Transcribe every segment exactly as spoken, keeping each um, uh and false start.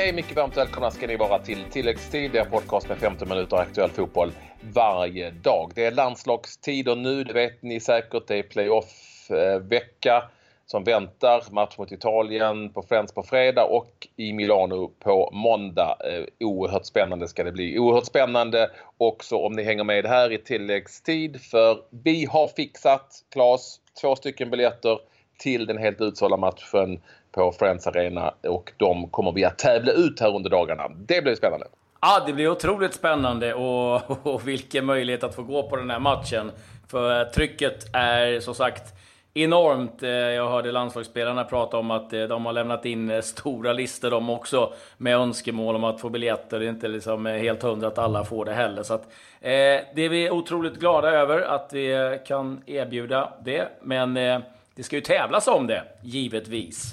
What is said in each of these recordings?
Hej, mycket varmt välkomna ska ni vara till Tilläggstid. Det är en podcast med femton minuter aktuell fotboll varje dag. Det är landslagstider nu, det vet ni säkert. Det är playoff-vecka som väntar. Match mot Italien på Friends på fredag och i Milano på måndag. Oerhört spännande ska det bli. Oerhört spännande också om ni hänger med här i tilläggstid. För vi har fixat, Claes, två stycken biljetter till den helt utsålda matchen på Friends Arena, och de kommer vi att tävla ut här under dagarna. Det blir spännande. Ja, det blir otroligt spännande och, och vilken möjlighet att få gå på den här matchen. För trycket är som sagt enormt. Jag hörde landslagsspelarna prata om att de har lämnat in stora listor de också med önskemål om att få biljetter. Det är inte liksom helt hundra att alla får det heller. Så att, eh, det är vi otroligt glada över att vi kan erbjuda det. Men eh, det ska ju tävlas om det, givetvis.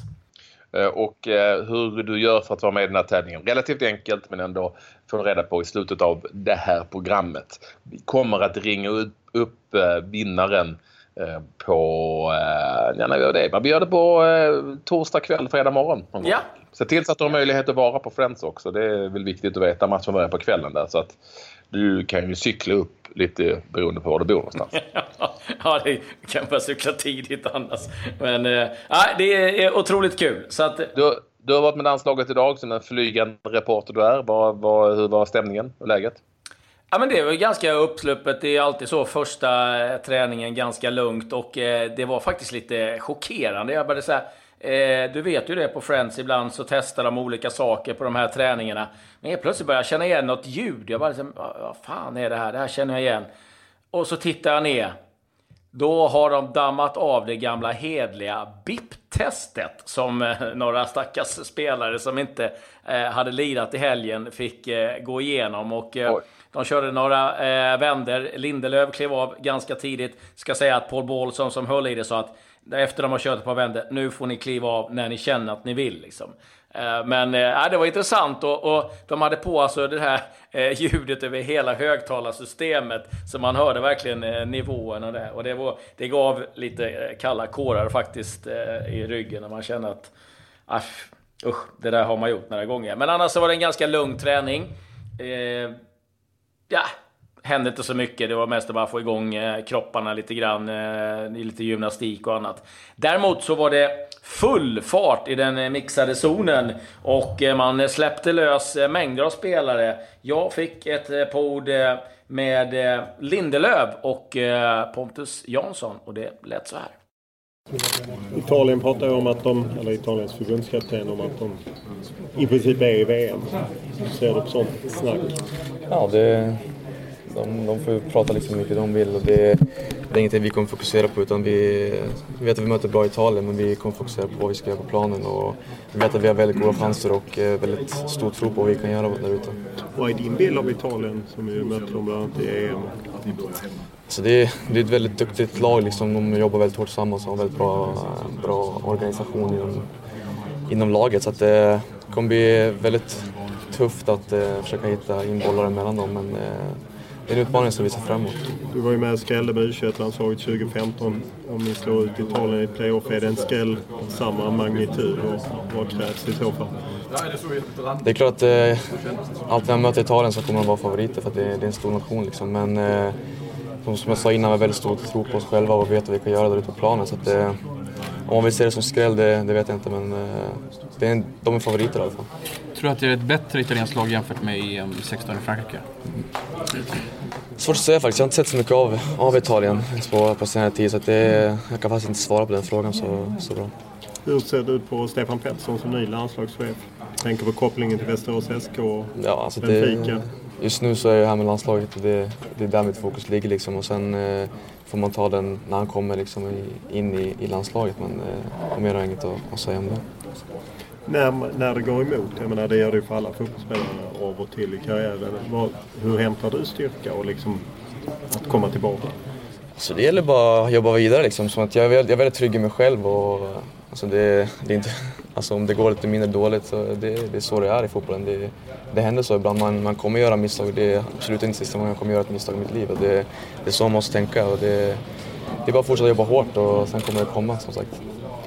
Och eh, hur du gör för att vara med i den här tävlingen. Relativt enkelt, men ändå får reda på i slutet av det här programmet. Vi kommer att ringa upp, upp eh, vinnaren eh, på... Eh, ja, när vi gör det. Men vi gör det på eh, torsdag kväll, fredag morgon. Ja. Se till så att du har möjlighet att vara på Friends också. Det är väl viktigt att veta. Matchen börjar på kvällen där. Så att du kan ju cykla upp lite beroende på var du bor någonstans. Ja, det kan bara cykla tidigt annars. Men äh, det är otroligt kul. Så att... du, du har varit med landslaget idag som en flygande reporter du är. Var, var, hur var stämningen och läget? Ja, men det var ganska uppsluppet. Det är alltid så första träningen ganska lugnt. Och eh, det var faktiskt lite chockerande. Jag började säga... Eh, du vet ju det på Friends, ibland så testar de olika saker på de här träningarna. Men jag plötsligt började jag känna igen något ljud. Jag bara liksom, vad fan är det här? Det här känner jag igen. Och så tittar jag ner. Då har de dammat av det gamla hedliga B I P-testet som eh, några stackars spelare som inte eh, hade lirat i helgen fick eh, gå igenom. Och eh, de körde några eh, vänder. Lindelöf klev av ganska tidigt. Ska säga att Paul Bålsson som höll i det sa att efter de har kört ett par vänder, nu får ni kliva av när ni känner att ni vill. Liksom. Eh, men eh, det var intressant och, och de hade på alltså det här eh, ljudet över hela högtalarsystemet. Så man hörde verkligen eh, nivån och det. Och det, var, det gav lite eh, kalla kårar faktiskt eh, i ryggen när man känner att asch, usch, det där har man gjort några gånger. Men annars så var det en ganska lugn träning. Eh, ja... hände inte så mycket, det var mest att bara få igång eh, kropparna lite grann, eh, lite gymnastik och annat. Däremot så var det full fart i den eh, mixade zonen och eh, man släppte lös eh, mängder av spelare. Jag fick ett eh, pod eh, med eh, Lindelöf och eh, Pontus Jansson och det lät så här. Italien pratar ju om att de, eller Italiens förbundskapten om att de i princip är i V M. Ser du på sånt snack? Ja, det... De, de får prata liksom hur mycket de vill och det, det är ingenting vi kommer fokusera på utan vi, vi vet att vi möter bra Italien men vi kommer fokusera på vad vi ska göra på planen och vi vet att vi har väldigt goda chanser och väldigt stor tro på vad vi kan göra där ute. Vad är din bild av Italien som vi möter dem bland annat i E M? Så det, är, det är ett väldigt duktigt lag, liksom. De jobbar väldigt hårt tillsammans och har väldigt bra, bra organisation inom, inom laget så att det kommer bli väldigt tufft att uh, försöka hitta inbollare mellan dem men uh, det är en utmaning som vi ser fram emot. Du var ju med och skrällde med U tjugoett-landslaget tjugo femton. Om ni slår ut Italien i playoff, är det en skräll samma magnitud och vad krävs i så fall? Det är klart att eh, alltid när man möter Italien så kommer de vara favoriter för att det, det är en stor nation. Liksom. Men eh, som jag sa innan, vi har väldigt stor tro på oss själva och vet vad vi kan göra där ute på planen. Så att, eh, om man vill se det som skräll, det, det vet jag inte, men eh, det är en, de är favoriter i alla fall. Tror du att det är ett bättre italienskt lag jämfört med E M sexton i Frankrike? Svårt att säga faktiskt. Jag har inte sett så mycket av, av Italien på, på senare tid så att det, jag kan faktiskt inte svara på den frågan så, så bra. Hur ser det ut på Stefan Pettersson som ny landslagschef? Tänker på kopplingen till Västerås S K och ja, alltså Benfica? Det, just nu så är jag här med landslaget och det, det är där mitt fokus ligger liksom. Och sen eh, får man ta den när han kommer liksom i, in i, i landslaget men eh, mer har jag inget att, att säga om det. När, när det går emot, jag menar det gör det för alla fotbollsspelare av och till i karriären. Vad, hur hämtar du styrka och liksom att komma tillbaka? Så det gäller bara att jobba vidare liksom. Som att jag, är väldigt, jag är väldigt trygg i mig själv och alltså det, det är inte, alltså om det går lite mindre dåligt så det, det är så det är i fotbollen. Det, det händer så ibland, man, man kommer göra misstag. Det är absolut inte sista gången jag kommer göra ett misstag i mitt liv. Det, det är så man måste tänka och det, det är bara att fortsätta jobba hårt och sen kommer det komma som sagt.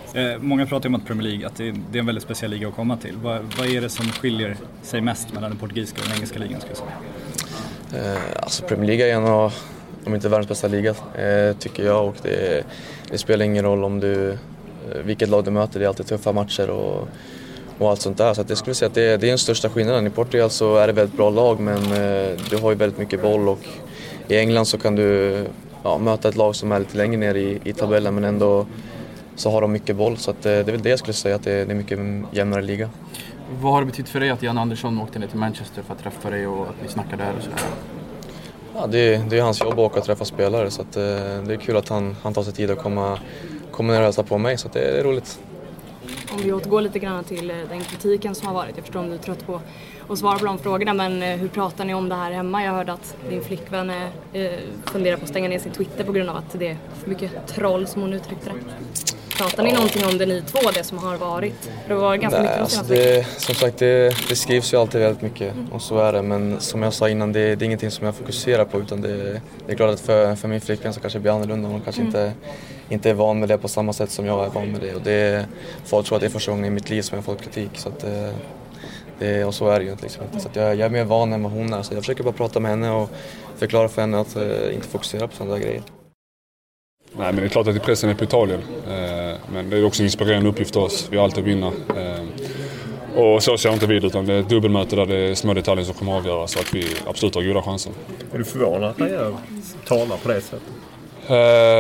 Eh, många pratar om att Premier League, att det, det är en väldigt speciell liga att komma till. Vad, vad är det som skiljer sig mest mellan den portugisiska och den engelska ligan, ska jag säga? Eh, alltså Premier League är en av, om inte världens bästa liga, eh, tycker jag. Och det, det spelar ingen roll om du, eh, vilket lag du möter. Det är alltid tuffa matcher och, och allt sånt där. Så att jag skulle säga att det, det är den största skillnaden. I Portugal så är det väldigt bra lag, men eh, du har ju väldigt mycket boll. Och i England så kan du ja, möta ett lag som är lite längre ner i, i tabellen, men ändå så har de mycket boll. Så att, eh, det är väl det jag skulle säga, att det, det är mycket jämnare liga. Vad har det betytt för dig att Jan Andersson åkte ner till Manchester för att träffa dig och att vi snackade där och sådär? Ja, det, det är hans jobb att åka och träffa spelare, så att, eh, det är kul att han, han tar sig tid att komma, komma ner och hälsa på mig, så att det, det är roligt. Om vi återgår lite grann till den kritiken som har varit. Jag förstår om du är trött på att svara på de frågorna, men hur pratar ni om det här hemma? Jag hörde att din flickvän eh, funderar på att stänga ner sin Twitter på grund av att det är för mycket troll, som hon uttryckte det. Pratar ni någonting om det ni två, det som har varit? Det var ganska Nej, mycket alltså det, som sagt, det, det skrivs ju alltid väldigt mycket, mm. och så är det. Men som jag sa innan, det, det är ingenting som jag fokuserar på, utan det, det är klart att för, för min flickvän så kanske det blir annorlunda. Hon kanske mm. inte, inte är van med det på samma sätt som jag är van med det. Och det folk tror att det är första gången i mitt liv som jag får kritik. Så att det, det, och så är det ju liksom inte. Så att jag, jag är mer van än vad hon är. Så jag försöker bara prata med henne och förklara för henne att uh, inte fokusera på sådana där grejer. Nej, men det är klart att pressen är på Italien. Eh, men det är också en inspirerande uppgift för oss. Vi har alltid att vinna. Eh, och så ser jag inte vid, utan det är ett dubbelmöte där det är små detaljer som kommer att avgöra, så att vi absolut har goda chanser. Är du förvånad att jag talar på det sättet? Eh,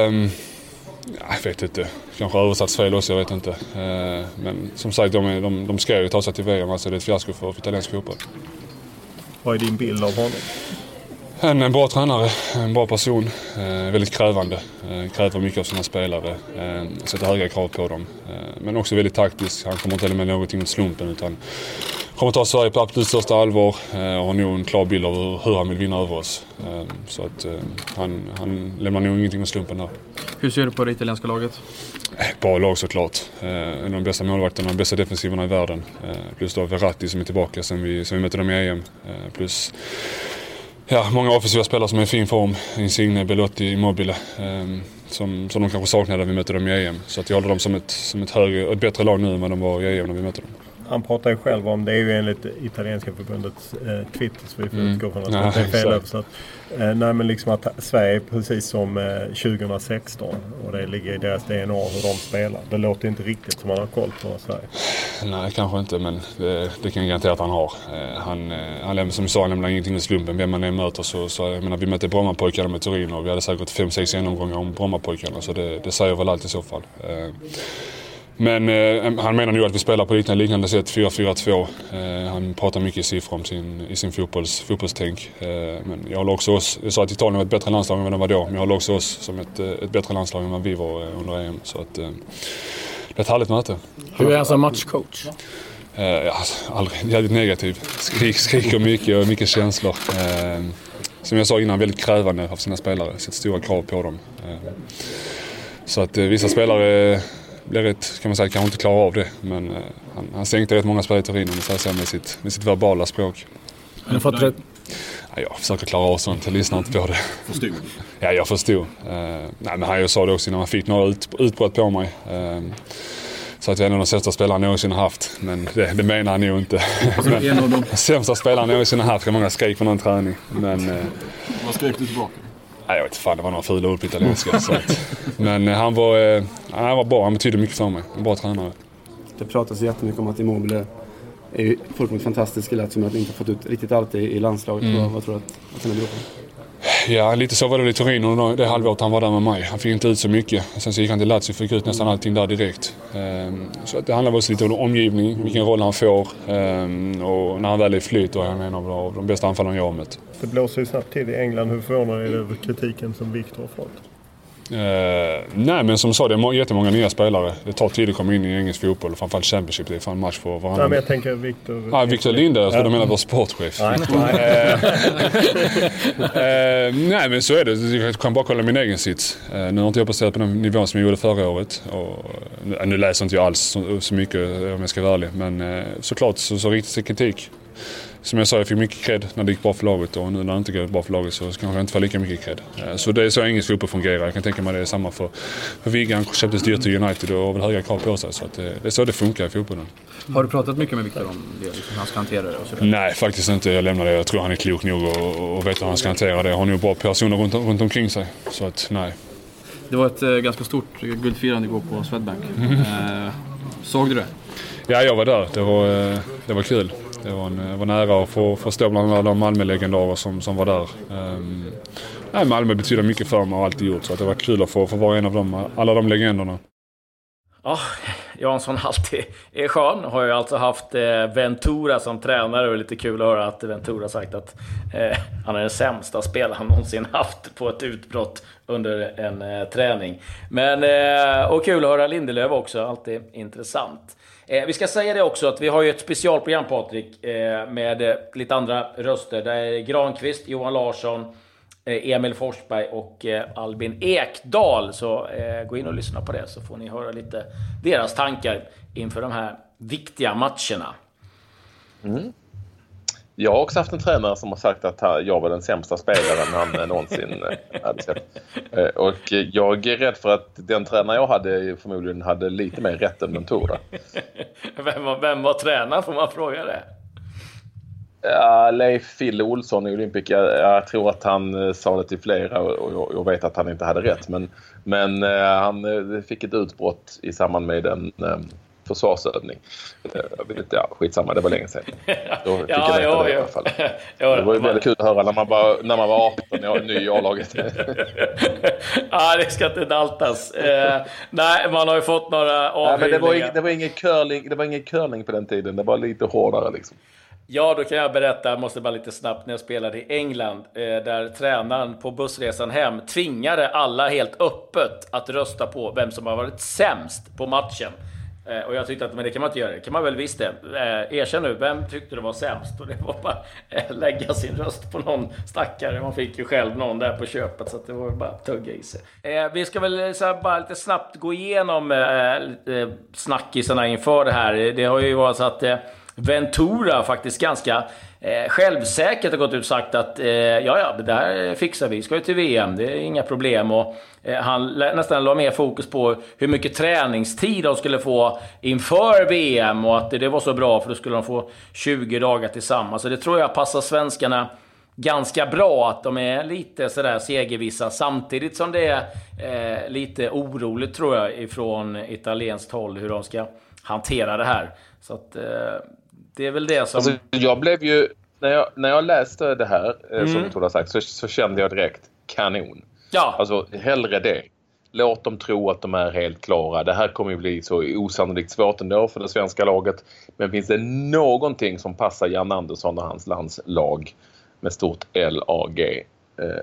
jag vet inte. Kanske översatts fel också, jag vet inte. Eh, men som sagt, de, de, de ska ju ta sig till V M. Alltså det är ett fiasko för italiensk fotboll. Vad är din bild av honom? En, en bra tränare, en bra person, eh, väldigt krävande, eh, kräver mycket av sina spelare, eh, sätter höga krav på dem. Eh, men också väldigt taktisk, han kommer inte med någonting mot slumpen, utan kommer ta Sverige på absolut största allvar eh, och har nog en klar bild av hur, hur han vill vinna över oss. Eh, så att eh, han, han lämnar nog ingenting med slumpen där. Hur ser du på det italienska laget? Bra lag såklart. Eh, en av de bästa målvakterna, de bästa defensiverna i världen. Eh, plus då Verratti som är tillbaka sen vi, sen vi mötte dem i E M. Eh, plus ja, många offensiva spelare som är i fin form. Insigne, Belotti, Immobile. Eh, som, som de kanske saknade när vi mötte dem i E M. Så att jag håller dem som ett, som ett, högre, ett bättre lag nu än vad de var i E M när vi mötte dem. Han pratar ju själv om, det är ju enligt italienska förbundets eh, Twitter, så vi får mm. utgå från att ja, det är fel översatt. Eh, nej, men liksom att Sverige är precis som eh, tjugohundrasexton, och det ligger i deras D N A hur de spelar. Det låter inte riktigt som man har koll på Sverige. Nej, kanske inte, men det, det kan jag garantera att han har. Eh, han, eh, han lämnar, som jag sa, han lämnar ingenting i slumpen. Vem man än möter, så, så jag menar, vi mötte Brommapojkarna med Turin och vi hade säkert fem sex genomgångar om Brommapojkarna, så det, det säger väl allt i så fall. Eh, Men eh, han menar nu att vi spelar på liknande, liknande sätt, fyra fyra två. Eh, han pratar mycket i siffror om sin, i sin fotbolls, fotbollstänk. Eh, men jag håller också oss, jag sa att Italien var ett bättre landslag än vad det var då, men jag håller också oss som ett, ett bättre landslag än vad vi var under E M. Så att, eh, det är ett härligt möte. Hur är han som matchcoach? Eh, ja, aldrig, jävligt negativ. Skrik, skriker mycket och mycket känslor. Eh, som jag sa innan, väldigt krävande av sina spelare. Sätter stora krav på dem. Eh, så att eh, vissa spelare blir rätt, kan man säga, kanske inte klara av det, men uh, han, han sänkte rätt många spelare i Turin med sitt, med sitt verbala språk. Har du fått rätt? Ja, jag försöker klara av sånt, jag lyssnar inte på det. Förstod? Ja, jag förstod. Uh, nej, men han sa det också innan man fick några ut, utbrott på mig. Uh, så att jag är en av de sämsta spelarna någonsin har haft, men det, det menar han nog inte. Men, en av de sämsta spelarna någonsin har haft, kan många skrik på någon träning. Men, uh, vad skrek du tillbaka? Nej, jag vet inte fan, det var några fula ord på italienska. Så att, men han var, eh, han var bra, han betydde mycket för mig. En bra tränare. Det pratas jättemycket om att Immobile är ju fullkomligt fantastisk, lätt som att inte fått ut riktigt allt i, i landslaget. Mm. Vad, vad tror du att, att han är bra på? Ja, lite så var det i Turin, det halvåret han var där med mig. Han fick inte ut så mycket. Sen så gick han till Lazio och fick ut nästan allting där direkt. Så det handlar också lite om omgivning, vilken roll han får. Och när han väl är flyt, då är han en av de bästa anfallarna jag har mött. Det blåser ju snabbt till i England. Hur förvånad är det över kritiken som Victor har fått? Uh, nej, men som sa, det är jättemånga nya spelare. Det tar tid att komma in i engelsk fotboll, framförallt Championship. Det är fan match för varandra. Nej, men jag tänker Victor... Ja, ah, Victor Linde, jag tror du menar vår sportchef. Nej, nej. uh, nej, men så är det. Jag kan bara kolla min egen sits. Uh, nu har inte jag presterat på den nivån som jag gjorde förra året. Och, uh, nu läser inte jag alls så, så mycket, om jag ska vara ärlig. Men uh, såklart så, så riktigt sig kritik. som jag sa, jag fick mycket cred när det gick bra för laget och nu när det inte går bra för laget så kanske jag inte får lika mycket cred. Så det är så engelsk fotboll fungerar. Jag kan tänka mig det är samma för, för Viggan köptes dyrt till United och har väl höga krav på sig. Så att det, det är så det funkar i fotbollen. Har du pratat mycket med Victor om det, liksom, hur han ska hantera det? Och sådär? Nej, faktiskt inte. Jag lämnar det. Jag tror han är klok nog och, och vet hur han ska hantera det. Han har nog bra personer runt, runt omkring sig. Så att, nej. Det var ett eh, ganska stort guldfirande igår på Swedbank. Mm. Eh, såg du det? Ja, jag var där. Det var, det var kul. Det var, en, var nära att få, få stå bland alla de Malmö-legendarer som, som var där. Um, nej, Malmö betyder mycket för mig och alltid gjort. Så att det var kul att få, få vara en av dem, alla de legenderna. Ja, Jansson alltid är skön. Har ju alltså haft eh, Ventura som tränare och lite kul att höra att Ventura sagt att eh, han är den sämsta spelaren han någonsin haft på ett utbrott under en eh, träning. Men, eh, och kul att höra Lindelöf också, alltid intressant. Eh, vi ska säga det också att vi har ju ett specialprogram, Patrik, eh, med eh, lite andra röster. Där är Granqvist, Johan Larsson, eh, Emil Forsberg och eh, Albin Ekdal. Så eh, gå in och lyssna på det så får ni höra lite deras tankar inför de här viktiga matcherna. Mm. Jag har också haft en tränare som har sagt att jag var den sämsta spelaren han någonsin hade sett. Och jag är rädd för att den tränare jag hade förmodligen hade lite mer rätt än Ventura. Vem var, vem var tränare, får man fråga det? Ja, Leif Fille Olsson i Olympic. Jag, jag tror att han sa det till flera och jag, jag vet att han inte hade rätt. Men, men han fick ett utbrott i samband med en försvarsövning. Jag vet inte, ja, skitsamma, det var länge sedan. Då fick ja, jag ja, det ja. i alla fall. Ja, det var ju väldigt kul att höra när man var, när man var arton och ny i A-laget. Ja, det ska inte daltas. Eh, nej, man har ju fått några avhyllningar. Ja, men det var ing, det var ingen curling, det var ingen curling på den tiden. Det var lite hårdare liksom. Ja, då kan jag berätta, jag måste bara lite snabbt, när jag spelade i England, eh, där tränaren på bussresan hem tvingade alla helt öppet att rösta på vem som har varit sämst på matchen. Eh, och jag tyckte att men det kan man inte göra, det kan man väl visst det. Eh, erkänn nu, vem tyckte det var sämst? Och det var bara eh, lägga sin röst på någon stackare. Man fick ju själv någon där på köpet, så att det var bara att tugga i sig. Eh, vi ska väl så här, bara lite snabbt gå igenom eh, eh, snackisarna inför det här. Det har ju varit så att eh, Ventura faktiskt ganska eh, självsäkert har gått ut och sagt att eh, ja, ja, det där fixar vi, ska ju till V M, det är inga problem. Och eh, han nästan la mer fokus på hur mycket träningstid de skulle få inför V M och att det, det var så bra för då skulle de få tjugo dagar tillsammans. Så det tror jag passar svenskarna ganska bra, att de är lite sådär segervissa, samtidigt som det är eh, lite oroligt tror jag ifrån italienskt håll hur de ska hantera det här. Så att eh, det är väl det som... Alltså, jag blev ju, när jag, när jag läste det här, eh, Mm. som du har sagt, så, så kände jag direkt kanon. Ja. Alltså, hellre det. Låt dem tro att de är helt klara. Det här kommer ju bli så osannolikt svårt ändå för det svenska laget. Men finns det någonting som passar Jan Andersson och hans landslag med stort L A G eh,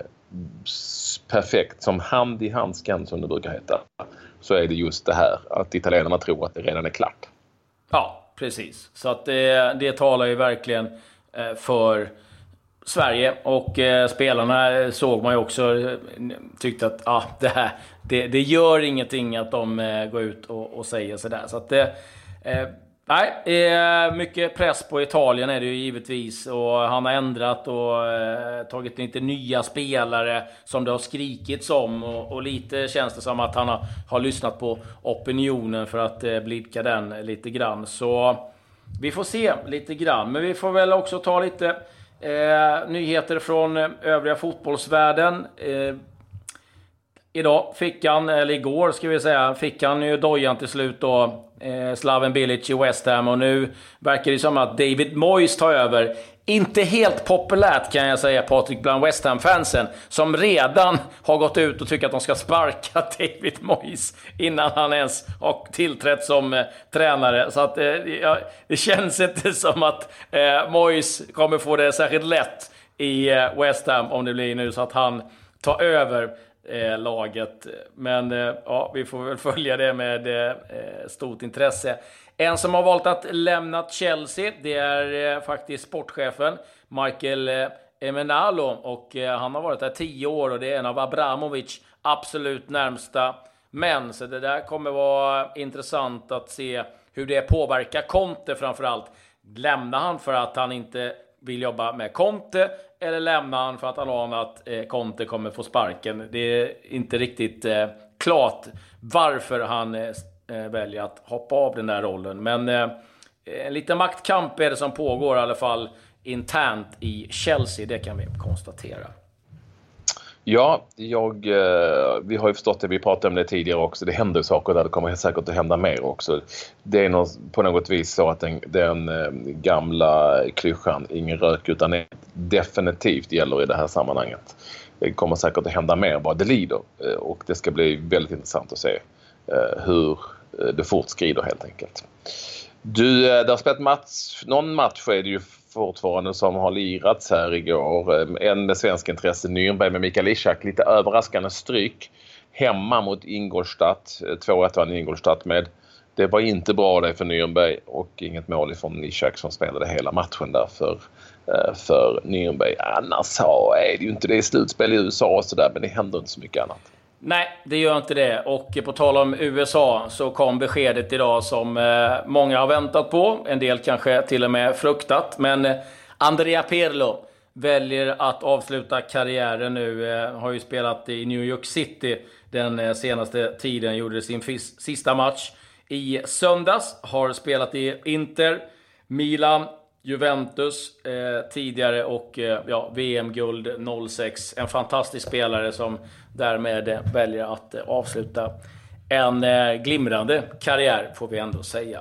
perfekt, som hand i handsken som det brukar heta, så är det just det här att italienarna tror att det redan är klart. Ja, precis. Så att det, det talar ju verkligen eh, för Sverige, och eh, spelarna såg man ju också, eh, tyckte att ah, det här det, det gör ingenting att de eh, går ut och, och säger sådär. Så att det eh, nej, eh, mycket press på Italien är det ju givetvis, och han har ändrat och eh, tagit lite nya spelare som det har skrikits om, och, och lite känns det som att han har, har lyssnat på opinionen för att eh, blidka den lite grann. Så vi får se lite grann, men vi får väl också ta lite eh, nyheter från eh, övriga fotbollsvärlden. Eh, Idag fick han, eller igår ska vi säga, fick han ju dojan till slut då, eh, Slaven Bilic i West Ham, och nu verkar det som att David Moyes tar över. Inte helt populärt kan jag säga, Patrik, bland West Ham-fansen, som redan har gått ut och tycker att de ska sparka David Moyes innan han ens har tillträtt som eh, tränare. Så att eh, ja, det känns inte som att eh, Moyes kommer få det särskilt lätt i eh, West Ham om det blir nu så att han tar över Eh, laget. Men eh, ja, vi får väl följa det med eh, stort intresse. En som har valt att lämna Chelsea, det är eh, faktiskt sportchefen Michael eh, Emenalo, och eh, han har varit där tio år och det är en av Abramovic absolut närmsta män. Så det där kommer vara intressant att se hur det påverkar Conte framförallt. Lämnar han för att han inte vill jobba med Conte, eller lämnar han för att han anar att eh, Conte kommer få sparken. Det är inte riktigt eh, klart varför han eh, väljer att hoppa av den där rollen. Men eh, en liten maktkamp är det som pågår i alla fall internt i Chelsea, det kan vi konstatera. Ja, jag, vi har ju förstått det, vi pratade om det tidigare också. Det händer saker där, det kommer säkert att hända mer också. Det är något, på något vis så att den, den gamla klyschan, ingen rök utan eld, definitivt gäller i det här sammanhanget. Det kommer säkert att hända mer vad det lider, och det ska bli väldigt intressant att se hur det fortskrider helt enkelt. Du, det har spelat match, någon match är det ju fortfarande som har lirats här igår. En med svensk intresse, Nürnberg med Mikael Ishak. Lite överraskande stryk hemma mot Ingolstadt. två ett vann Ingolstadt med. Det var inte bra det för Nürnberg, och inget mål ifrån Ishak som spelade hela matchen där för, för Nürnberg. Annars så är det ju inte det slutspel i U S A och sådär, men det händer inte så mycket annat. Nej, det gör inte det. Och på tal om U S A så kom beskedet idag som eh, många har väntat på. En del kanske till och med fruktat. Men eh, Andrea Pirlo väljer att avsluta karriären nu. Eh, har ju spelat i New York City den eh, senaste tiden. Gjorde sin fis- sista match i söndags. Har spelat i Inter, Milan, Juventus eh, tidigare och eh, ja, V M-guld noll sex. En fantastisk spelare som därmed eh, väljer att eh, avsluta en eh, glimrande karriär, får vi ändå säga.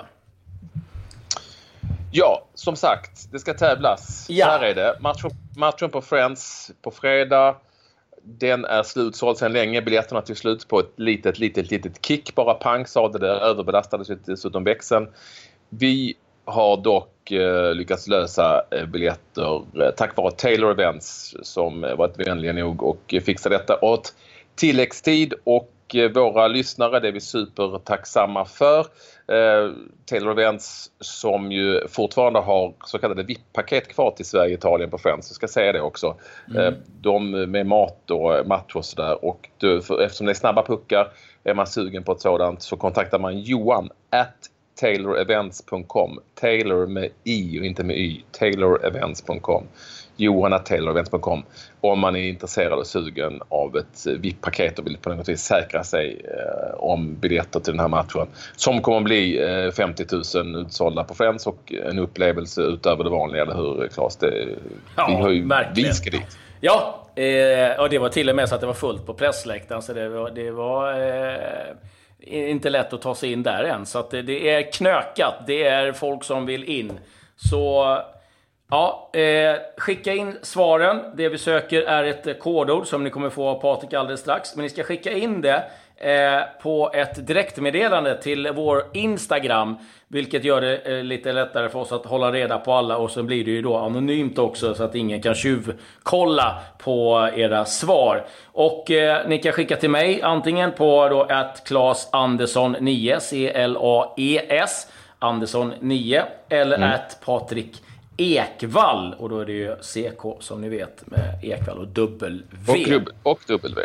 Ja, som sagt, det ska tävlas. Ja. Här är det. Matchen, matchen på Friends på fredag. Den är slutsåld sedan länge. Biljetterna till slut på ett litet, litet, litet kick. Bara pang sa det, där överbelastades dessutom växeln. Vi har dock eh, lyckats lösa eh, biljetter eh, tack vare Taylor Events som eh, varit vänliga nog och fixade detta åt tilläggstid, och eh, våra lyssnare, det är vi supertacksamma för. Eh, Taylor Events som ju fortfarande har så kallade V I P-paket kvar till Sverige, Italien på Friends, jag ska säga det också. Mm. Eh, de med mat och match och sådär, och du, för, eftersom det är snabba puckar, är man sugen på ett sådant så kontaktar man Johan at taylor events punkt com. Taylor med i och inte med y. taylor events punkt com. Johan at taylor events punkt com. Om man är intresserad och sugen av ett V I P-paket och vill på något vis säkra sig eh, om biljetter till den här matchen. Som kommer att bli eh, femtio tusen utsålda på Friends, och en upplevelse utöver det vanliga, eller hur, Claes? Det, ja, vi, har ju, verkligen. vi ska dit. Ja, eh, och det var till och med så att det var fullt på pressläktaren, så det var... Det var eh... inte lätt att ta sig in där än. Så att det, det är knökat. Det är folk som vill in. Så ja, eh, skicka in svaren. Det vi söker är ett kodord som ni kommer få av Patrik alldeles strax. Men ni ska skicka in det eh, på ett direktmeddelande till vår Instagram. Vilket gör det eh, lite lättare för oss att hålla reda på alla. Och så blir det ju då anonymt också, så att ingen kan tjuvkolla på era svar. Och eh, ni kan skicka till mig antingen på då at Claes Andersson nio, C L A E S Andersson nio, eller mm. at Patrik Ekvall, och då är det ju C K som ni vet med Ekvall och dubbel V. Och, klubb, och dubbel V.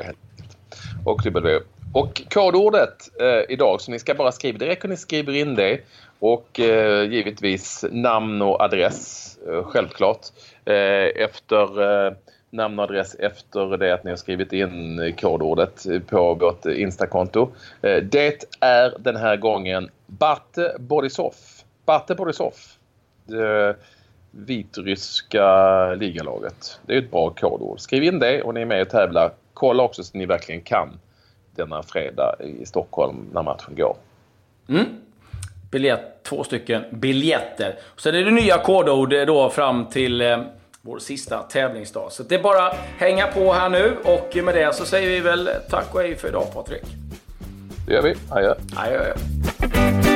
Och dubbel V. Och kodordet eh, idag, så ni ska bara skriva, det räcker ni skriver in det, och eh, givetvis namn och adress, eh, självklart. Eh, efter eh, namn och adress efter det att ni har skrivit in kodordet på vårt Instakonto. Eh, det är den här gången Bate Borisov. Bate Borisov. Det vitryska ligalaget. Det är ett bra kodord. Skriv in det och ni är med och tävlar. Kolla också så ni verkligen kan denna fredag i Stockholm när matchen går. Mm. Biljett, två stycken biljetter. Så det är det nya kodord då fram till eh, vår sista tävlingsdag. Så det är bara hänga på här nu, och med det så säger vi väl tack och hej för idag, Patrik. Det gör vi. Adjö. Adjö.